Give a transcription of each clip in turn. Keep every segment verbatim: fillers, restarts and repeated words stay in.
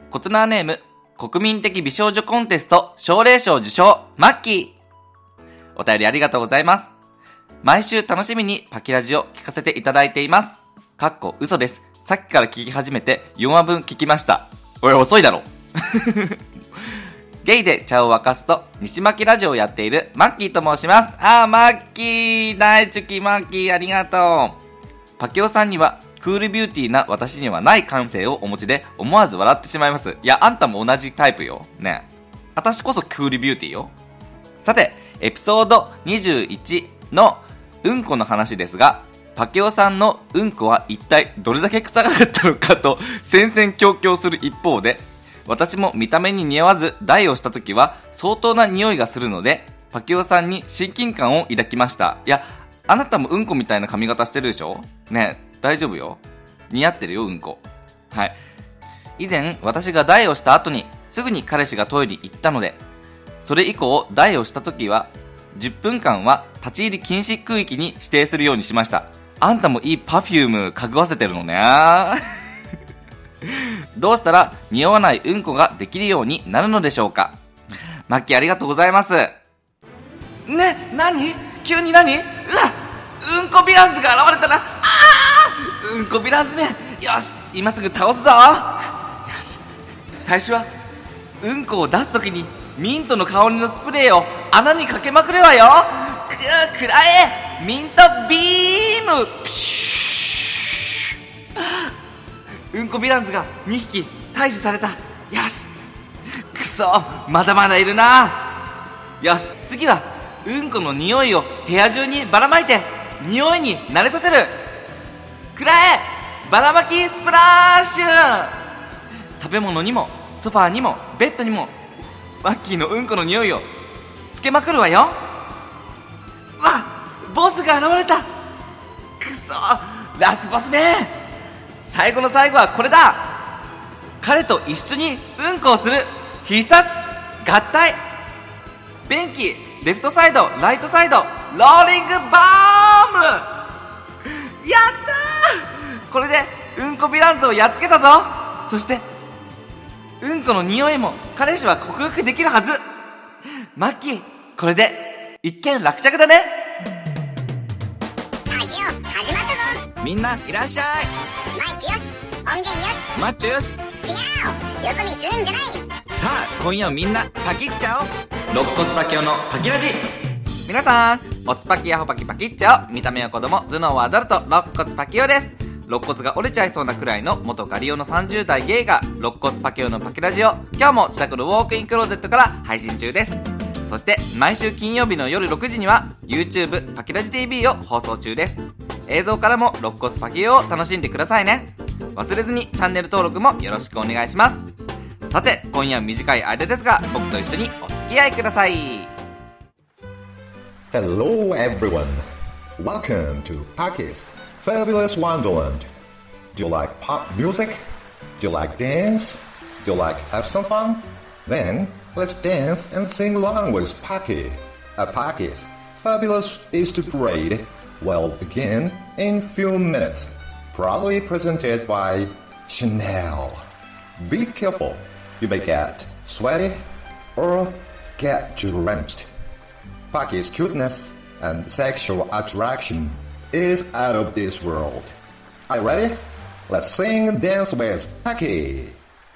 コツナーネーム、国民的美少女コンテスト奨励賞受賞、マッキー。お便りありがとうございます。毎週楽しみにパキラジを聞かせていただいています。かっこ嘘です。さっきから聞き始めてよんわぶん聞きました。おい、遅いだろ。ゲイで茶を沸かすと西巻ラジオをやっているマッキーと申します。あー、マッキー、大好きマッキー、ありがとう。パキオさんにはクールビューティーな私にはない感性をお持ちで思わず笑ってしまいます。いや、あんたも同じタイプよ。ね。私こそクールビューティーよ。さて、エピソードにじゅういちのうんこの話ですが、パキオさんのうんこは一体どれだけ臭かったのかと戦々恐々する一方で、私も見た目に似合わず大をした時は相当な匂いがするので、パキオさんに親近感を抱きました。いや、あなたもうんこみたいな髪型してるでしょね。大丈夫よ。似合ってるよ、うんこ。はい。以前、私が大をした後にすぐに彼氏がトイレに行ったので、それ以降大をした時はじゅっぷんかんは立ち入り禁止区域に指定するようにしました。あんたもいいパフュームかぐわせてるのね。どうしたら匂わないうんこができるようになるのでしょうか。マッキー、ありがとうございます。ね、なに急になにうわ、うんこヴィランズが現れたな。あー、うんこヴィランズめ、よし、今すぐ倒すぞ。よし、最初はうんこを出すときにミントの香りのスプレーを穴にかけまくればよ。く、くらえミントビーム。プシュ、うんこヴィランズがにひき退治された。よし、くそ、まだまだいるな。よし、次はうんこの匂いを部屋中にばらまいて匂いに慣れさせる。くらえばらまきスプラッシュ。食べ物にもソファーにもベッドにもマッキーのうんこの匂いをつけまくるわよ。うわ、ボスが現れた。くそ、ラスボスめ。最後の最後はこれだ。彼と一緒にうんこをする必殺合体。便器、レフトサイド、ライトサイド、ローリングバーム。やったー。これでうんこヴィランズをやっつけたぞ。そしてうんこの匂いも彼氏は克服できるはず。マッキー、これで一件落着だね。 パキオ始まったぞ。 みんないらっしゃい。 マイクよし、音源よし、 マッチョよし。 違う、よそ見するんじゃない。 さあ、今夜はみんなパキっちゃおう。肋骨パキオのパキラジ。皆さん、おつパキヤホパキパキっちゃおう。見た目は子供、頭脳はアダルト、肋骨パキオです。肋骨が折れちゃいそうなくらいの元ガリオのさんじゅう代ゲイが肋骨パキオのパキラジを今日も自宅のウォークインクローゼットから配信中です。そして毎週金曜日の夜ろくじには YouTube パキラジ ティーブイ を放送中です。映像からも肋骨パキオを楽しんでくださいね。忘れずにチャンネル登録もよろしくお願いします。さて、今夜は短い間ですが僕と一緒にお付き合いください。 Hello everyone, welcome to Paki's Fabulous Wonderland. Do you like pop music? Do you like dance? Do you like have some fun? Then let's dance and sing along with Paki. At Paki's Fabulous Easter Parade will begin in few minutes. Proudly presented by Chanel. Be careful, you may get sweaty or get drenched. Paki's cuteness and sexual attraction is out of this world. Are you ready? Let's sing and dance with Paki.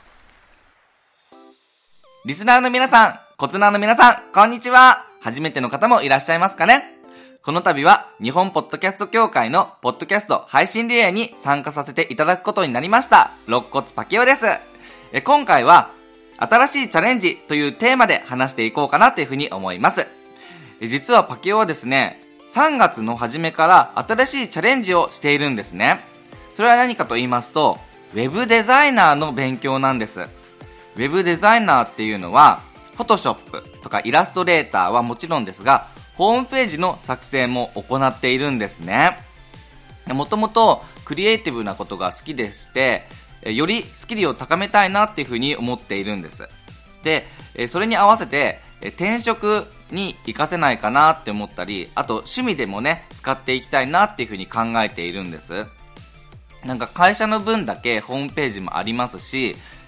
リスナーの皆さん、コツナーの皆さん、こんにちは。初めての方もいらっしゃいますかね。この度は日本ポッドキャスト協会のポッドキャスト配信リレーに参加させていただくことになりました肋骨パキオです。え今回は新しいチャレンジというテーマで話していこうかなというふうに思います。え実はパキオはですね、さんがつの初めから新しいチャレンジをしているんですね。それは何かと言いますと、ウェブデザイナーの勉強なんです。ウェブデザイナーっていうのは、フォトショップとかイラストレーターはもちろんですが、ホームページの作成も行っているんですね。もともとクリエイティブなことが好きでして、よりスキルを高めたいなっていうふうに思っているんです。で、それに合わせて転職に活かせないかなって思ったり、あと趣味でもね使っていきたいなっていうふうに考えているんです。なんか会社の分だけホームページもありますし、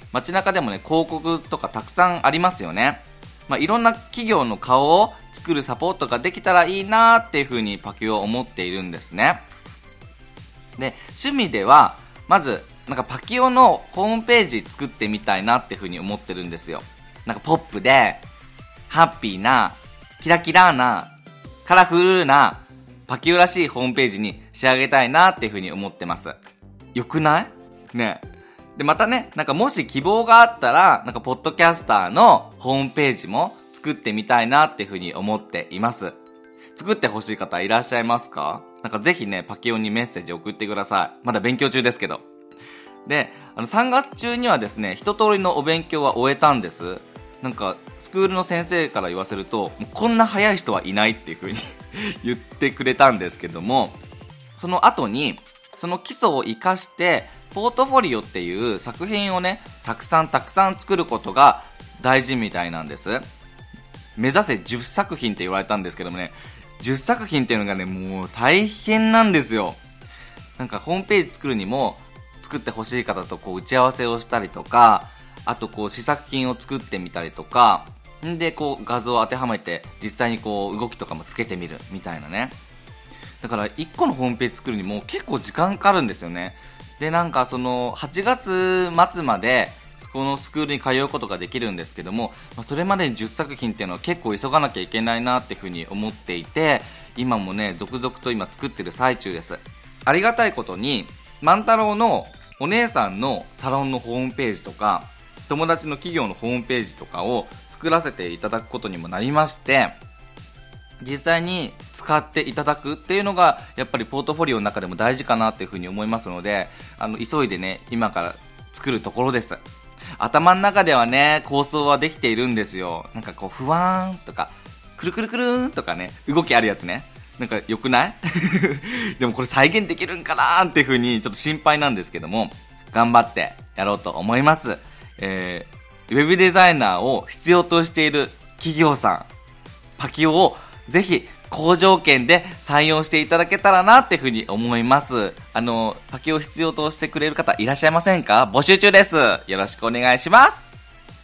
街中でもね、広告とかたくさんありますよね。まあ、いろんな企業の顔を作るサポートができたらいいなーっていう風にパキオは思っているんですね。で、趣味では、まず、なんかパキオのホームページ作ってみたいなっていう風に思ってるんですよ。なんかポップで、ハッピーな、キラキラな、カラフルな、パキオらしいホームページに仕上げたいなっていう風に思ってます。よくない？ね。で、またね、なんかもし希望があったら、なんかポッドキャスターのホームページも作ってみたいなっていう風に思っています。作ってほしい方いらっしゃいますか？なんかぜひね、パキオにメッセージ送ってください。まだ勉強中ですけど。で、あのさんがつ中にはですね、一通りのお勉強は終えたんです。なんかスクールの先生から言わせると、もうこんな早い人はいないっていう風に言ってくれたんですけども、その後にその基礎を活かしてポートフォリオっていう作品をね、たくさんたくさん作ることが大事みたいなんです。目指せじゅっさくひんって言われたんですけどもね、じゅっさくひんっていうのがね、もう大変なんですよ。なんかホームページ作るにも、作ってほしい方とこう打ち合わせをしたりとか、あとこう試作品を作ってみたりとか、んでこう画像を当てはめて実際にこう動きとかもつけてみるみたいなね。だからいっこのホームページ作るにも結構時間かかるんですよね。で、なんかそのはちがつ末までこのスクールに通うことができるんですけども、まあ、それまでにじゅっさくひんっていうのは結構急がなきゃいけないなっていうふうに思っていて、今もね続々と今作ってる最中です。ありがたいことに万太郎のお姉さんのサロンのホームページとか友達の企業のホームページとかを作らせていただくことにもなりまして、実際に使っていただくっていうのがやっぱりポートフォリオの中でも大事かなっていうふうに思いますので、あの急いでね今から作るところです。頭の中ではね構想はできているんですよ。なんかこうふわーんとかくるくるくるーんとかね、動きあるやつね、なんか良くないでもこれ再現できるんかなーっていう風にちょっと心配なんですけども、頑張ってやろうと思います。えー、ウェブデザイナーを必要としている企業さん、パキオをぜひ好条件で採用していただけたらなっていう風に思います。あのパキオを必要としてくれる方いらっしゃいませんか？募集中です。よろしくお願いします。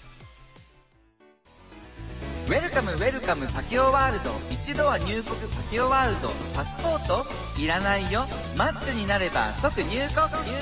ウェルカムウェルカムパキオワールド、一度は入国パキオワールド。パスポートいらないよ、マッチョになれば即入国入国入国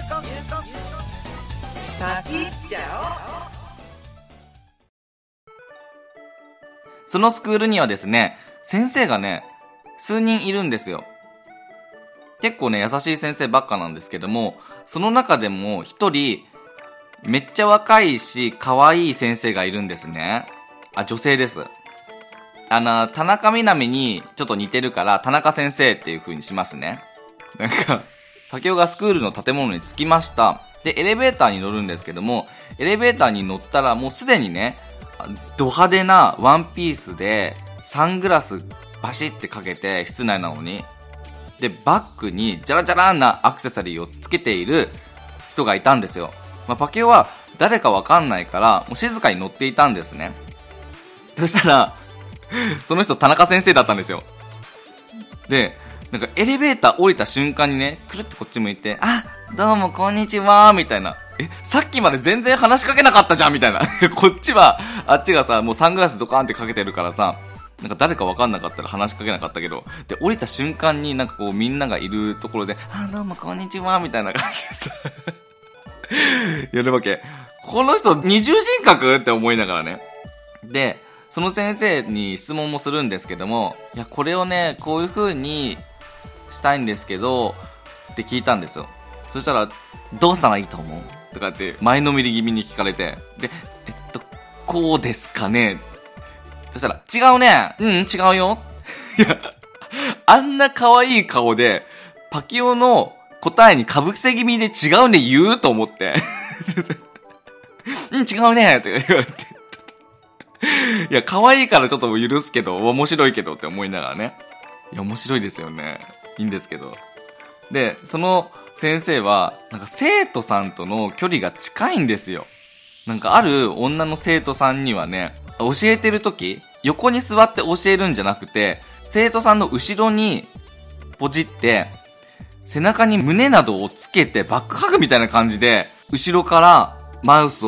パキっちゃお。そのスクールにはですね、先生がね数人いるんですよ。結構ね優しい先生ばっかなんですけども、その中でも一人めっちゃ若いし可愛い先生がいるんですね。あ、女性です。あの田中みな実にちょっと似てるから田中先生っていう風にしますね。なんかパキオがスクールの建物に着きました。でエレベーターに乗るんですけども、エレベーターに乗ったらもうすでにねド派手なワンピースでサングラスバシってかけて、室内なのにでバッグにジャラジャラなアクセサリーをつけている人がいたんですよ。まあ、パキオは誰かわかんないからもう静かに乗っていたんですね。そしたらその人田中先生だったんですよ。でなんかエレベーター降りた瞬間にね、くるってこっち向いて、あ、どうもこんにちはみたいな、え、さっきまで全然話しかけなかったじゃんみたいなこっちはあっちがさもうサングラスドカーンってかけてるからさ、なんか誰か分かんなかったら話しかけなかったけど、で降りた瞬間になんかこうみんながいるところで、あ、どうもこんにちはみたいな感じでさやるわけ。この人二重人格って思いながらね。でその先生に質問もするんですけども、いやこれをねこういう風にしたいんですけどって聞いたんですよ。そしたらどうしたらいいと思うとかって前のめり気味に聞かれて、でえっとこうですかね。そしたら違うね、うん違うよいやあんな可愛い顔でパキオの答えにかぶせ気味で違うね言うと思ってうん違うねって言われていや可愛いからちょっと許すけど面白いけどって思いながらね、いや面白いですよね、いいんですけど。でその先生はなんか生徒さんとの距離が近いんですよ。なんかある女の生徒さんにはね、教えてる時横に座って教えるんじゃなくて、生徒さんの後ろにポジって背中に胸などをつけてバックハグみたいな感じで後ろからマウスを持っ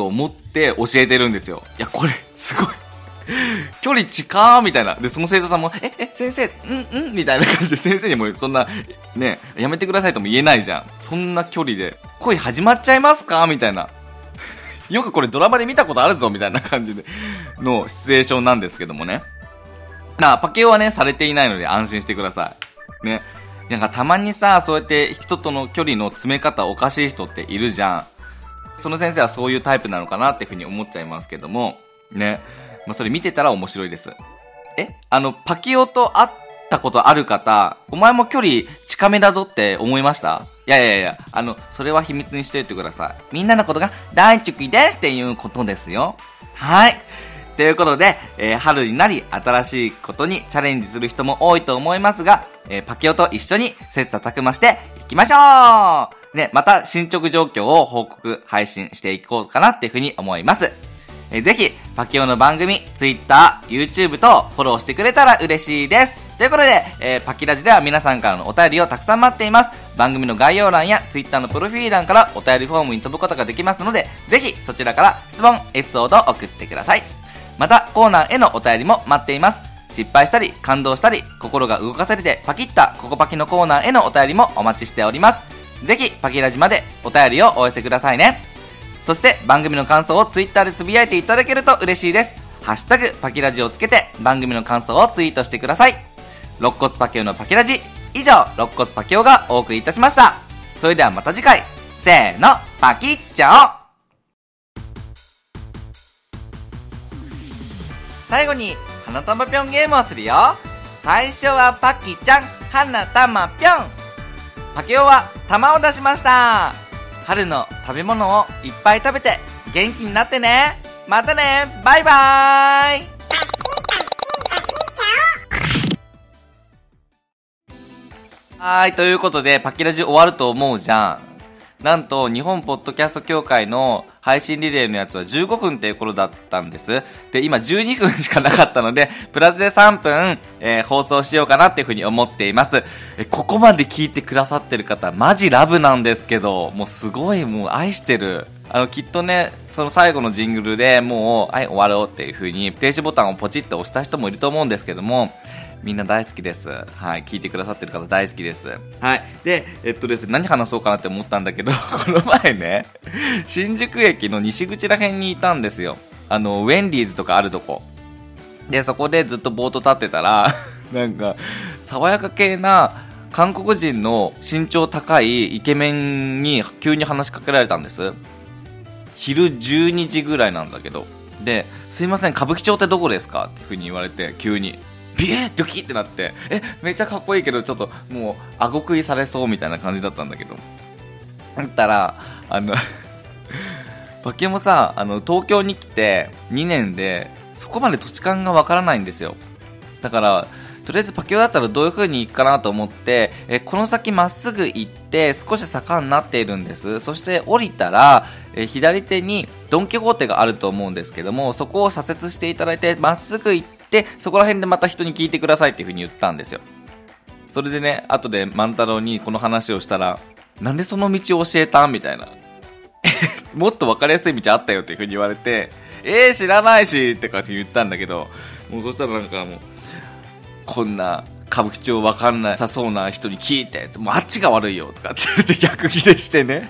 って教えてるんですよ。いや、これ、すごい。距離近ーみたいな。で、その生徒さんも、え、え、先生、んんみたいな感じで、先生にもそんな、ね、やめてくださいとも言えないじゃん。そんな距離で、恋始まっちゃいますかみたいな。よくこれドラマで見たことあるぞみたいな感じで、のシチュエーションなんですけどもね。なあ、パケオはね、されていないので安心してください。ね。なんかたまにさ、そうやって人との距離の詰め方おかしい人っているじゃん。その先生はそういうタイプなのかなっていうふうに思っちゃいますけども、ね。まあ、それ見てたら面白いです。えあの、パキオと会ったことある方、お前も距離近めだぞって思いました？いやいやいや、あの、それは秘密にしておいてください。みんなのことが大好きですっていうことですよ。はい。ということで、えー、春になり新しいことにチャレンジする人も多いと思いますが、えー、パキオと一緒に切磋琢磨していきましょうね、また進捗状況を報告、配信していこうかなっていうふうに思います。えー、ぜひ、パキオの番組、Twitter、YouTube とフォローしてくれたら嬉しいです。ということで、えー、パキラジでは皆さんからのお便りをたくさん待っています。番組の概要欄や Twitter のプロフィール欄からお便りフォームに飛ぶことができますので、ぜひそちらから質問、エピソードを送ってください。また、コーナーへのお便りも待っています。失敗したり、感動したり、心が動かされてパキッたココパキのコーナーへのお便りもお待ちしております。ぜひ、パキラジまでお便りをお寄せくださいね。そして番組の感想をツイッターでつぶやいていただけると嬉しいです。ハッシュタグパキラジをつけて番組の感想をツイートしてください。肋骨パキオのパキラジ、以上肋骨パキオがお送りいたしました。それではまた次回、せーの、パキッチャオ。最後に花玉ぴょんゲームをするよ。最初はパキちゃん、花玉ぴょん。パキオは玉を出しました。春の食べ物をいっぱい食べて元気になってね。またね、バイバーイ。はい、ということでパキラジ終わると思うじゃん。なんと日本ポッドキャスト協会の配信リレーのやつはじゅうごふんっていう頃だったんです。で、今じゅうにふんしかなかったので、プラスでさんぷん、えー、放送しようかなっていうふうに思っています。え、ここまで聞いてくださってる方、マジラブなんですけど、もうすごいもう愛してる。あの、きっとね、その最後のジングルでもう、はい、終わろうっていうふうに、停止ボタンをポチッと押した人もいると思うんですけども、みんな大好きです。はい。聞いてくださってる方大好きです。はい。で、えっとですね、何話そうかなって思ったんだけど、この前ね、新宿駅の西口ら辺にいたんですよ。あの、ウェンディーズとかあるとこ。で、そこでずっとボート立ってたら、なんか、爽やか系な韓国人の身長高いイケメンに急に話しかけられたんです。昼じゅうにじぐらいなんだけど。で、すいません、歌舞伎町ってどこですかっていう風に言われて、急に。ビエードキってなって、え、めっちゃかっこいいけど、ちょっともう、顎食いされそうみたいな感じだったんだけど。だったら、あの、パキもさ、あの、東京に来てにねんで、そこまで土地勘がわからないんですよ。だから、とりあえずパキオだったらどういう風に行くかなと思って、え、この先まっすぐ行って、少し坂になっているんです。そして降りたら、え、左手にドンキホーテがあると思うんですけども、そこを左折していただいて、まっすぐ行って、で、そこら辺でまた人に聞いてくださいっていう風に言ったんですよ。それでね、後で万太郎にこの話をしたら、なんでその道を教えたみたいな。もっと分かりやすい道あったよっていう風に言われて、えー、知らないしって感じで言ったんだけど、もうそしたらなんかもう、こんな歌舞伎町分かんなさそうな人に聞いて、もうあっちが悪いよとかって言って逆ギレしてね。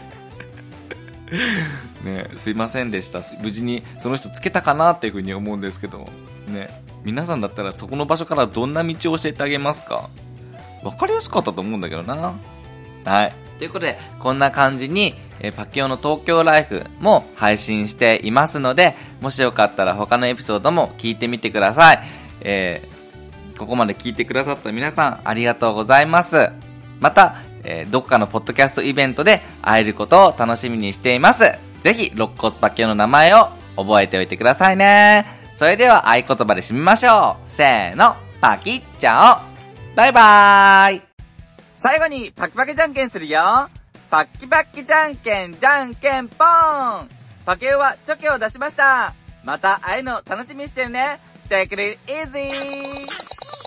ね、すいませんでした。無事にその人つけたかなっていう風に思うんですけどね、皆さんだったらそこの場所からどんな道を教えてあげますか？分かりやすかったと思うんだけどな。はい、ということでこんな感じに、えー、パキオの東京ライフも配信していますので、もしよかったら他のエピソードも聞いてみてください。えー、ここまで聞いてくださった皆さんありがとうございます。また、えー、どこかのポッドキャストイベントで会えることを楽しみにしています。ぜひ、肋骨パキオの名前を覚えておいてくださいね。それでは合言葉で締めましょう。せーの、パキッチャオ。バイバーイ。最後にパキパキじゃんけんするよ。パキパキじゃんけんじゃんけんポーン。パキオはチョキを出しました。また会えるの楽しみにしてるね。Take it easy!